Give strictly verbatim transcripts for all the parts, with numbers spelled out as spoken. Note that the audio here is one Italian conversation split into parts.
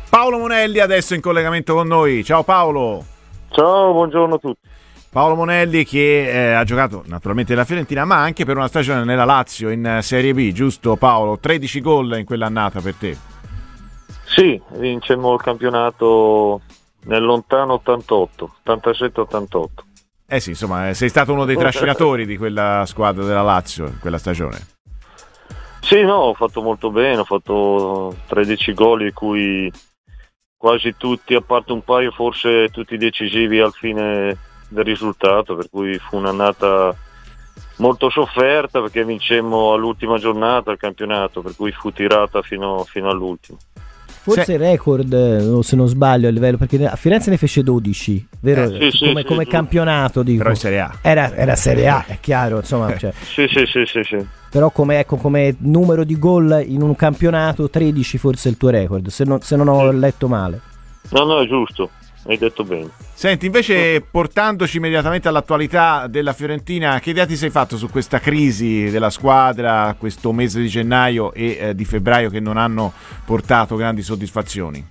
Paolo Monelli adesso in collegamento con noi. Ciao Paolo. Ciao, buongiorno a tutti. Paolo Monelli che eh, ha giocato naturalmente nella Fiorentina, ma anche per una stagione nella Lazio in Serie B, giusto Paolo? tredici gol in quell'annata per te. Sì, vincemmo il campionato nel lontano ottantotto, ottantasette ottantotto. Eh sì, insomma, sei stato uno dei trascinatori di quella squadra della Lazio in quella stagione. Sì, no, ho fatto molto bene, ho fatto tredici gol, di cui quasi tutti, a parte un paio, forse tutti decisivi al fine del risultato, per cui fu un'annata molto sofferta perché vincemmo all'ultima giornata il campionato, per cui fu tirata fino, fino all'ultimo. Forse sì. il record, se non sbaglio, a livello, perché a Firenze ne fece dodici, vero? Eh, sì, come sì, come sì, campionato, dico. Però in Serie A. Era, era Serie A, è chiaro, insomma. Cioè. Sì, sì, sì, sì, sì. Però come, ecco, come numero di gol in un campionato, tredici forse è il tuo record, se non, se non ho sì. letto male. No, no, è giusto, hai detto bene. Senti, invece, portandoci immediatamente all'attualità della Fiorentina, che idea ti sei fatto su questa crisi della squadra, questo mese di gennaio e eh, di febbraio che non hanno portato grandi soddisfazioni?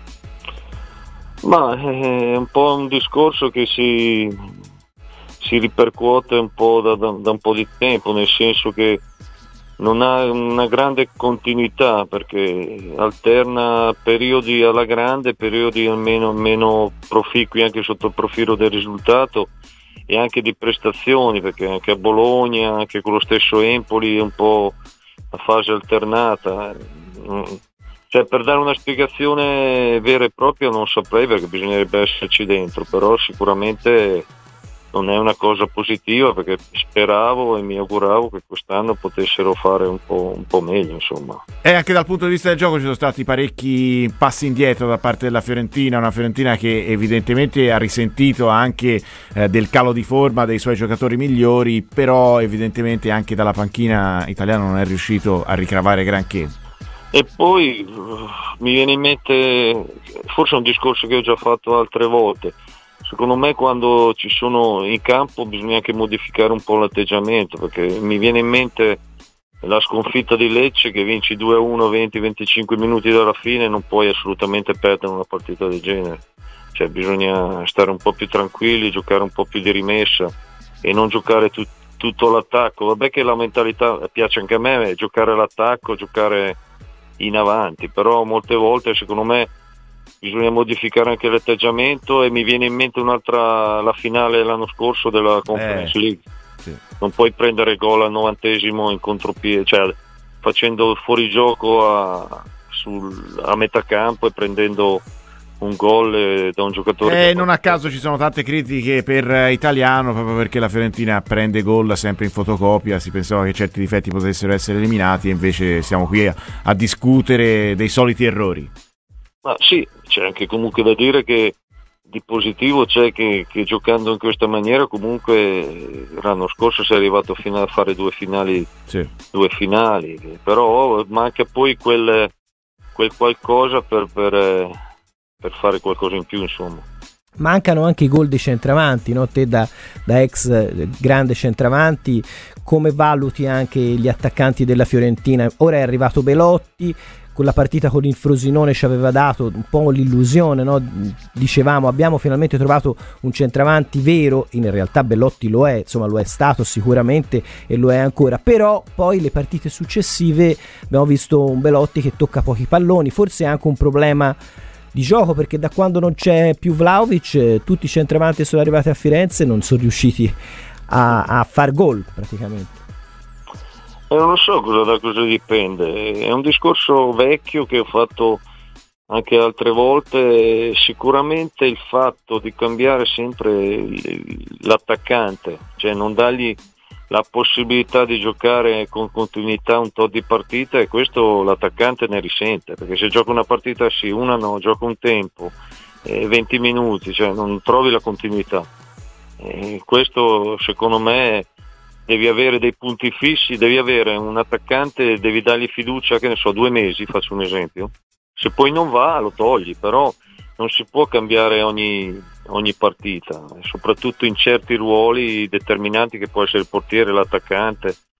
Ma è un po' un discorso che si, si ripercuote un po' da, da, da un po' di tempo, nel senso che non ha una grande continuità, perché alterna periodi alla grande, periodi almeno meno proficui anche sotto il profilo del risultato e anche di prestazioni, perché anche a Bologna, anche con lo stesso Empoli è un po' a fase alternata. Cioè, per dare una spiegazione vera e propria non saprei, perché bisognerebbe esserci dentro, però sicuramente non è una cosa positiva, perché speravo e mi auguravo che quest'anno potessero fare un po', un po' meglio, insomma. E anche dal punto di vista del gioco ci sono stati parecchi passi indietro da parte della Fiorentina, una Fiorentina che evidentemente ha risentito anche eh, del calo di forma dei suoi giocatori migliori, però evidentemente anche dalla panchina italiana non è riuscito a ricavare granché. E poi uh, mi viene in mente, forse è un discorso che ho già fatto altre volte, secondo me quando ci sono in campo bisogna anche modificare un po' l'atteggiamento, perché mi viene in mente la sconfitta di Lecce, che vinci due a uno venti venticinque minuti dalla fine, non puoi assolutamente perdere una partita del genere, cioè bisogna stare un po' più tranquilli, giocare un po' più di rimessa e non giocare tu- tutto l'attacco. Vabbè che la mentalità piace anche a me, giocare l'attacco, giocare in avanti, però molte volte secondo me bisogna modificare anche l'atteggiamento, e mi viene in mente un'altra, la finale l'anno scorso della Conference eh, League. Sì. Non puoi prendere gol al novantesimo in contropiede, cioè facendo fuorigioco a, sul, a metà campo e prendendo un gol da un giocatore. E non a caso ci sono tante critiche per Italiano, proprio perché la Fiorentina prende gol sempre in fotocopia. Si pensava che certi difetti potessero essere eliminati e invece siamo qui a, a discutere dei soliti errori. Ma sì, c'è anche comunque da dire che di positivo c'è che, che giocando in questa maniera comunque l'anno scorso sei arrivato fino a fare due finali, sì. due finali, però manca poi quel, quel qualcosa per, per, per fare qualcosa in più, insomma. Mancano anche i gol dei centravanti, no? Te da, da ex grande centravanti, come valuti anche gli attaccanti della Fiorentina? Ora è arrivato Belotti, con la partita con il Frosinone ci aveva dato un po' l'illusione, no? Dicevamo abbiamo finalmente trovato un centravanti vero, in realtà Belotti lo è, insomma lo è stato sicuramente e lo è ancora, però poi le partite successive abbiamo visto un Belotti che tocca pochi palloni, forse è anche un problema di gioco, perché da quando non c'è più Vlahovic eh, tutti i centravanti sono arrivati a Firenze e non sono riusciti a, a far gol praticamente. Eh, non lo so cosa, da cosa dipende, è un discorso vecchio che ho fatto anche altre volte. Sicuramente il fatto di cambiare sempre l'attaccante, cioè non dargli la possibilità di giocare con continuità un tot di partite, e questo l'attaccante ne risente, perché se gioca una partita sì, una no, gioca un tempo, eh, venti minuti, cioè non trovi la continuità. E questo secondo me devi avere dei punti fissi, devi avere un attaccante, devi dargli fiducia, che ne so, due mesi, faccio un esempio, se poi non va lo togli, però non si può cambiare ogni, ogni partita, soprattutto in certi ruoli determinanti che può essere il portiere, l'attaccante,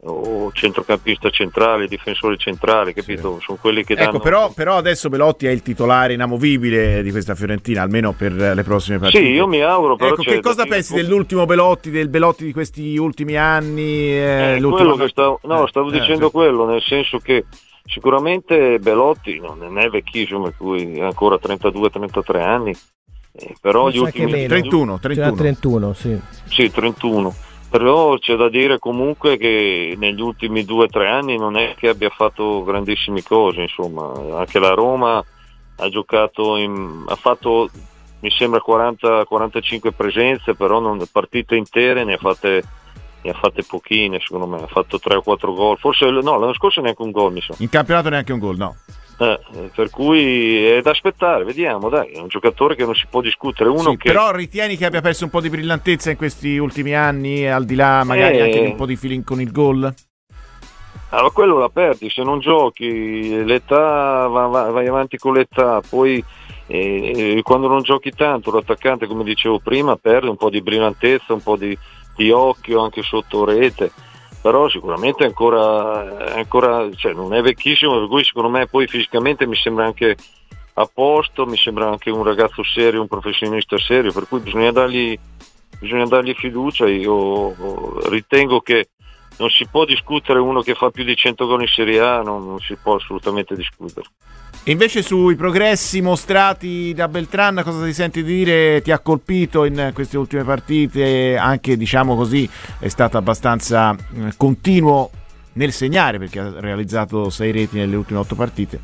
o centrocampista centrale, difensore centrale, capito? Sì. Sono quelli che danno... Ecco, però, però adesso Belotti è il titolare inamovibile di questa Fiorentina, almeno per le prossime partite. Sì, io mi auguro, però... Ecco, che cosa pensi dire... dell'ultimo Belotti, del Belotti di questi ultimi anni? Eh, quello che stavo, no, stavo eh, dicendo eh, sì. quello, nel senso che sicuramente Belotti non è vecchissimo, per cui ha ancora trentadue trentatré anni, eh, però gli ultimi... trentuno, trentuno. trentuno, sì. Sì, trentuno. Però c'è da dire comunque che negli ultimi due o tre anni non è che abbia fatto grandissime cose, insomma, anche la Roma ha giocato, in, ha fatto mi sembra quaranta quarantacinque presenze, però non, partite intere ne ha fatte, ne ha fatte pochine, secondo me, ha fatto tre o quattro gol, forse no, l'anno scorso neanche un gol mi sa. In campionato neanche un gol, no. Eh, per cui è da aspettare, vediamo, dai, è un giocatore che non si può discutere, uno sì, che... Però ritieni che abbia perso un po' di brillantezza in questi ultimi anni, al di là magari eh... anche di un po' di feeling con il gol? Allora quello la perdi, se non giochi l'età, va, va, vai avanti con l'età, poi eh, quando non giochi tanto l'attaccante, come dicevo prima, perde un po' di brillantezza, un po' di, di occhio anche sotto rete. Però sicuramente è ancora, ancora cioè non è vecchissimo, per cui secondo me poi fisicamente mi sembra anche a posto, mi sembra anche un ragazzo serio, un professionista serio, per cui bisogna dargli, bisogna dargli fiducia. Io ritengo che non si può discutere uno che fa più di cento gol in Serie A, non, non si può assolutamente discutere. E invece sui progressi mostrati da Beltran, cosa ti senti dire? Ti ha colpito in queste ultime partite? Anche, diciamo così, è stato abbastanza eh, continuo nel segnare, perché ha realizzato sei reti nelle ultime otto partite.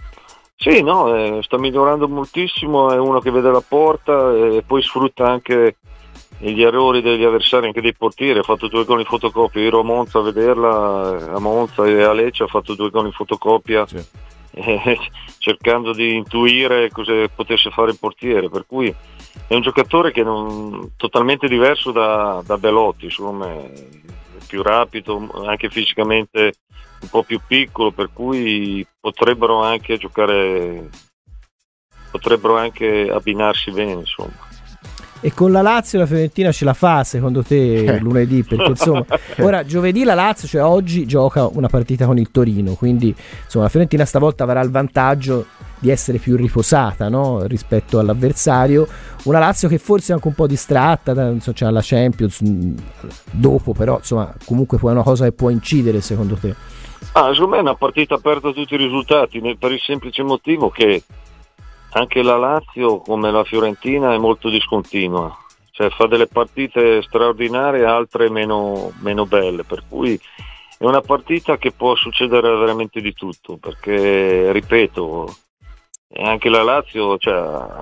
Sì, no, eh, sta migliorando moltissimo, è uno che vede la porta e poi sfrutta anche gli errori degli avversari, anche dei portieri. Ha fatto due gol in fotocopia, ero a Monza a vederla, a Monza e a Lecce ha fatto due gol in fotocopia. Sì. Eh, cercando di intuire cosa potesse fare il portiere, per cui è un giocatore che non totalmente diverso da, da Belotti, secondo me, è più rapido, anche fisicamente un po' più piccolo, per cui potrebbero anche giocare, potrebbero anche abbinarsi bene, insomma. E con la Lazio la Fiorentina ce la fa secondo te lunedì? Perché insomma ora giovedì la Lazio, cioè oggi, gioca una partita con il Torino, quindi insomma la Fiorentina stavolta avrà il vantaggio di essere più riposata, no? Rispetto all'avversario. Una Lazio che forse è anche un po' distratta, non so, c'è la Champions dopo, però insomma comunque poi è una cosa che può incidere secondo te? Ah, secondo me è una partita aperta a tutti i risultati, per il semplice motivo che anche la Lazio, come la Fiorentina, è molto discontinua, cioè fa delle partite straordinarie, altre meno, meno belle, per cui è una partita che può succedere veramente di tutto, perché ripeto, anche la Lazio, cioè,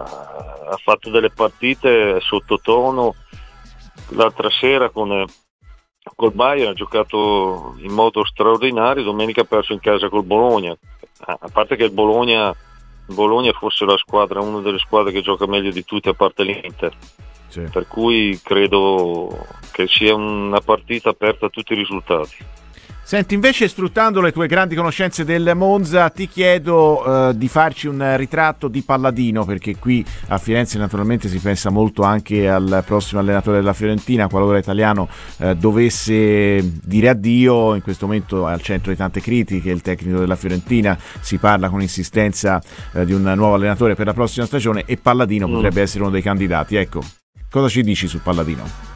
ha fatto delle partite sottotono. L'altra sera con col Bayern ha giocato in modo straordinario, domenica ha perso in casa col Bologna, a parte che il Bologna Bologna è forse la squadra, una delle squadre che gioca meglio di tutte a parte l'Inter, sì. Per cui credo che sia una partita aperta a tutti i risultati. Senti, invece, sfruttando le tue grandi conoscenze del Monza, ti chiedo eh, di farci un ritratto di Palladino, perché qui a Firenze naturalmente si pensa molto anche al prossimo allenatore della Fiorentina, qualora Italiano eh, dovesse dire addio. In questo momento è al centro di tante critiche il tecnico della Fiorentina, si parla con insistenza eh, di un nuovo allenatore per la prossima stagione e Palladino mm. potrebbe essere uno dei candidati. Ecco, cosa ci dici su Palladino?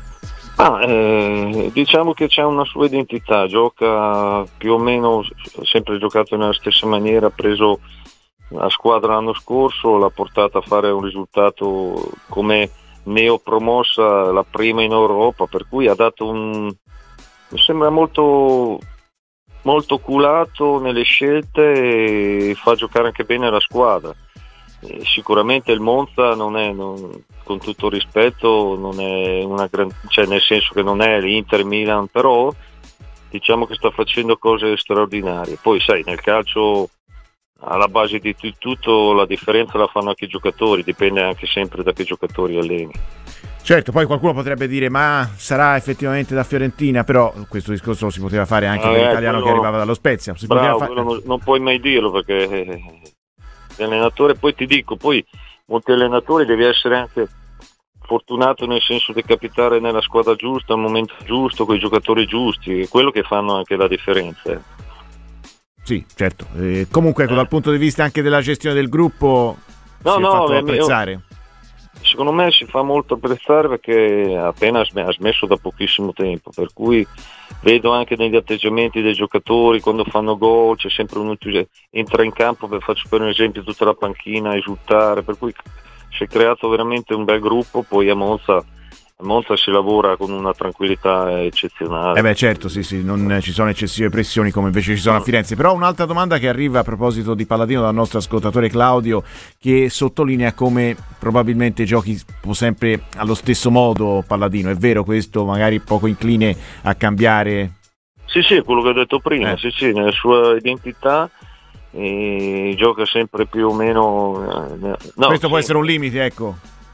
Ah, eh, diciamo che c'è una sua identità, gioca più o meno, sempre giocato nella stessa maniera, ha preso la squadra l'anno scorso, l'ha portata a fare un risultato come neopromossa, la prima in Europa, per cui ha dato un, mi sembra molto, molto culato nelle scelte e fa giocare anche bene la squadra. Eh, sicuramente il Monza non è, non, con tutto rispetto, non è una gran, cioè nel senso che non è l'Inter Milan, però diciamo che sta facendo cose straordinarie. Poi sai, nel calcio alla base di tutto la differenza la fanno anche i giocatori, dipende anche sempre da che giocatori alleni. Certo, poi qualcuno potrebbe dire ma sarà effettivamente da Fiorentina, però questo discorso lo si poteva fare anche ah, per eh, l'italiano che arrivava dallo Spezia. Si bravo, fare... non, non puoi mai dirlo perché l'allenatore, poi ti dico, poi molti allenatori devi essere anche fortunato nel senso di capitare nella squadra giusta al momento giusto, con i giocatori giusti, è quello che fanno anche la differenza. Sì, certo. Eh, comunque ecco, eh. dal punto di vista anche della gestione del gruppo no, si è no, fatto io, apprezzare. Secondo me si fa molto apprezzare perché appena ha smesso da pochissimo tempo, per cui vedo anche negli atteggiamenti dei giocatori quando fanno gol c'è sempre uno che entra in campo, per faccio per un esempio tutta la panchina a esultare, per cui si è creato veramente un bel gruppo. Poi a Monza A Monza si lavora con una tranquillità eccezionale. Eh beh certo, sì sì, non ci sono eccessive pressioni come invece ci sono a Firenze. Però un'altra domanda che arriva a proposito di Palladino dal nostro ascoltatore Claudio, che sottolinea come probabilmente giochi sempre allo stesso modo Palladino. È vero questo? Magari poco incline a cambiare? Sì sì, è quello che ho detto prima, eh. sì sì, nella sua identità eh, gioca sempre più o meno eh, no, questo sì. può essere un limite, ecco.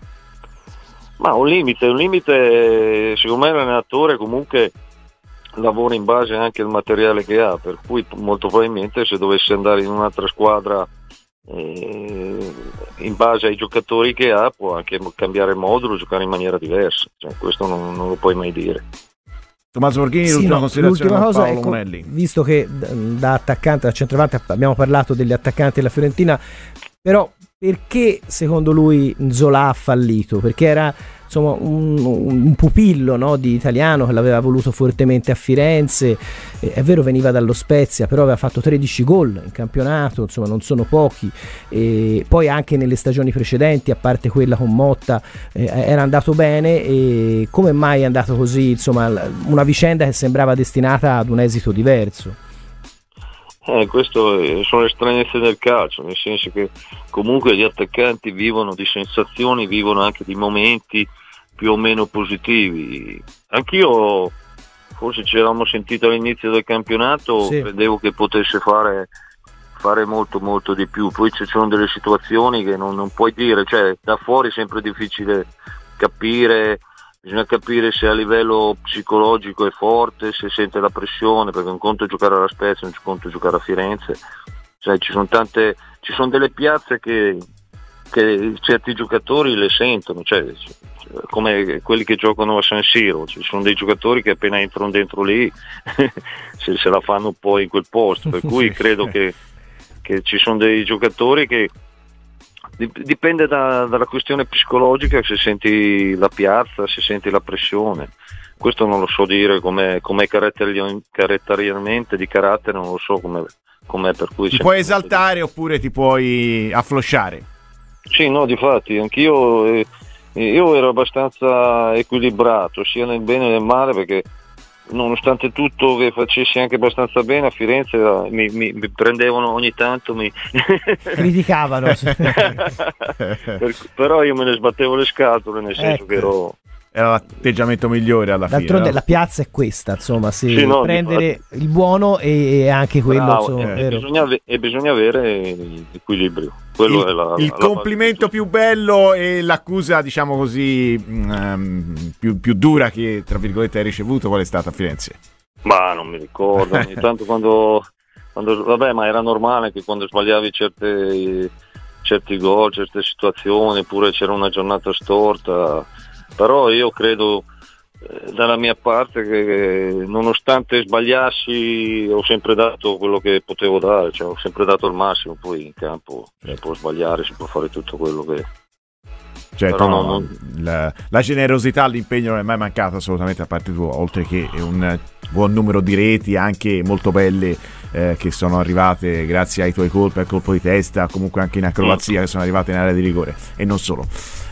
Ma un limite, un limite, secondo me l'allenatore comunque lavora in base anche al materiale che ha, per cui molto probabilmente se dovesse andare in un'altra squadra eh, in base ai giocatori che ha può anche cambiare modulo, giocare in maniera diversa, cioè, questo non, non lo puoi mai dire. Tommaso Borghini, sì, l'ultima no, considerazione l'ultima cosa, Paolo ecco, Monelli. Visto che da attaccante, da centravanti abbiamo parlato degli attaccanti della Fiorentina, però perché secondo lui Nzola ha fallito? Perché era insomma un, un pupillo, no, di italiano che l'aveva voluto fortemente a Firenze, eh, è vero veniva dallo Spezia, però aveva fatto tredici gol in campionato, insomma non sono pochi, e poi anche nelle stagioni precedenti, a parte quella con Motta, eh, era andato bene. E come mai è andato così? Insomma, una vicenda che sembrava destinata ad un esito diverso. Eh, questo è, sono le stranezze del calcio, nel senso che comunque gli attaccanti vivono di sensazioni, vivono anche di momenti più o meno positivi. Anch'io, forse ci eravamo sentito all'inizio del campionato, sì. credevo che potesse fare, fare molto molto di più, poi ci sono delle situazioni che non, non puoi dire, cioè da fuori è sempre difficile capire. Bisogna capire se a livello psicologico è forte, se sente la pressione, perché un conto è giocare alla Spezia, un conto è giocare a Firenze. Cioè, ci sono tante, ci sono delle piazze che, che certi giocatori le sentono, cioè, come quelli che giocano a San Siro, ci sono dei giocatori che appena entrano dentro lì se, se la fanno poi in quel posto, per cui credo che, che ci sono dei giocatori che dipende da, dalla questione psicologica, se senti la piazza, se senti la pressione. Questo non lo so dire com'è, com'è caratterialmente, di carattere non lo so com'è, com'è per cui ti puoi esaltare oppure ti puoi afflosciare. Sì, no, difatti anch'io eh, io ero abbastanza equilibrato sia nel bene che nel male, perché nonostante tutto che facessi anche abbastanza bene a Firenze mi, mi, mi prendevano ogni tanto, mi criticavano per, però io me ne sbattevo le scatole, nel senso ecco. che ero era l'atteggiamento migliore alla d'altronde fine, no? La piazza è questa, insomma, sì, sì, no, prendere il buono e, e anche quello. Bravo, insomma, eh, bisogna, e bisogna avere l'equilibrio. Quello il, è la, il la, complimento la più bello e l'accusa, diciamo così, um, più, più dura che tra virgolette hai ricevuto, qual è stata a Firenze? Ma non mi ricordo, ogni tanto quando, quando vabbè, ma era normale che quando sbagliavi certe, certi gol, certe situazioni, oppure c'era una giornata storta, però io credo eh, dalla mia parte che nonostante sbagliassi ho sempre dato quello che potevo dare, cioè ho sempre dato il massimo. Poi in campo si può sbagliare, si può fare tutto quello che certo, no, non... la, la generosità, l'impegno non è mai mancato assolutamente da parte tua, oltre che un buon numero di reti anche molto belle eh, che sono arrivate grazie ai tuoi colpi, al colpo di testa, comunque anche in acrobazia, che sono arrivate in area di rigore e non solo.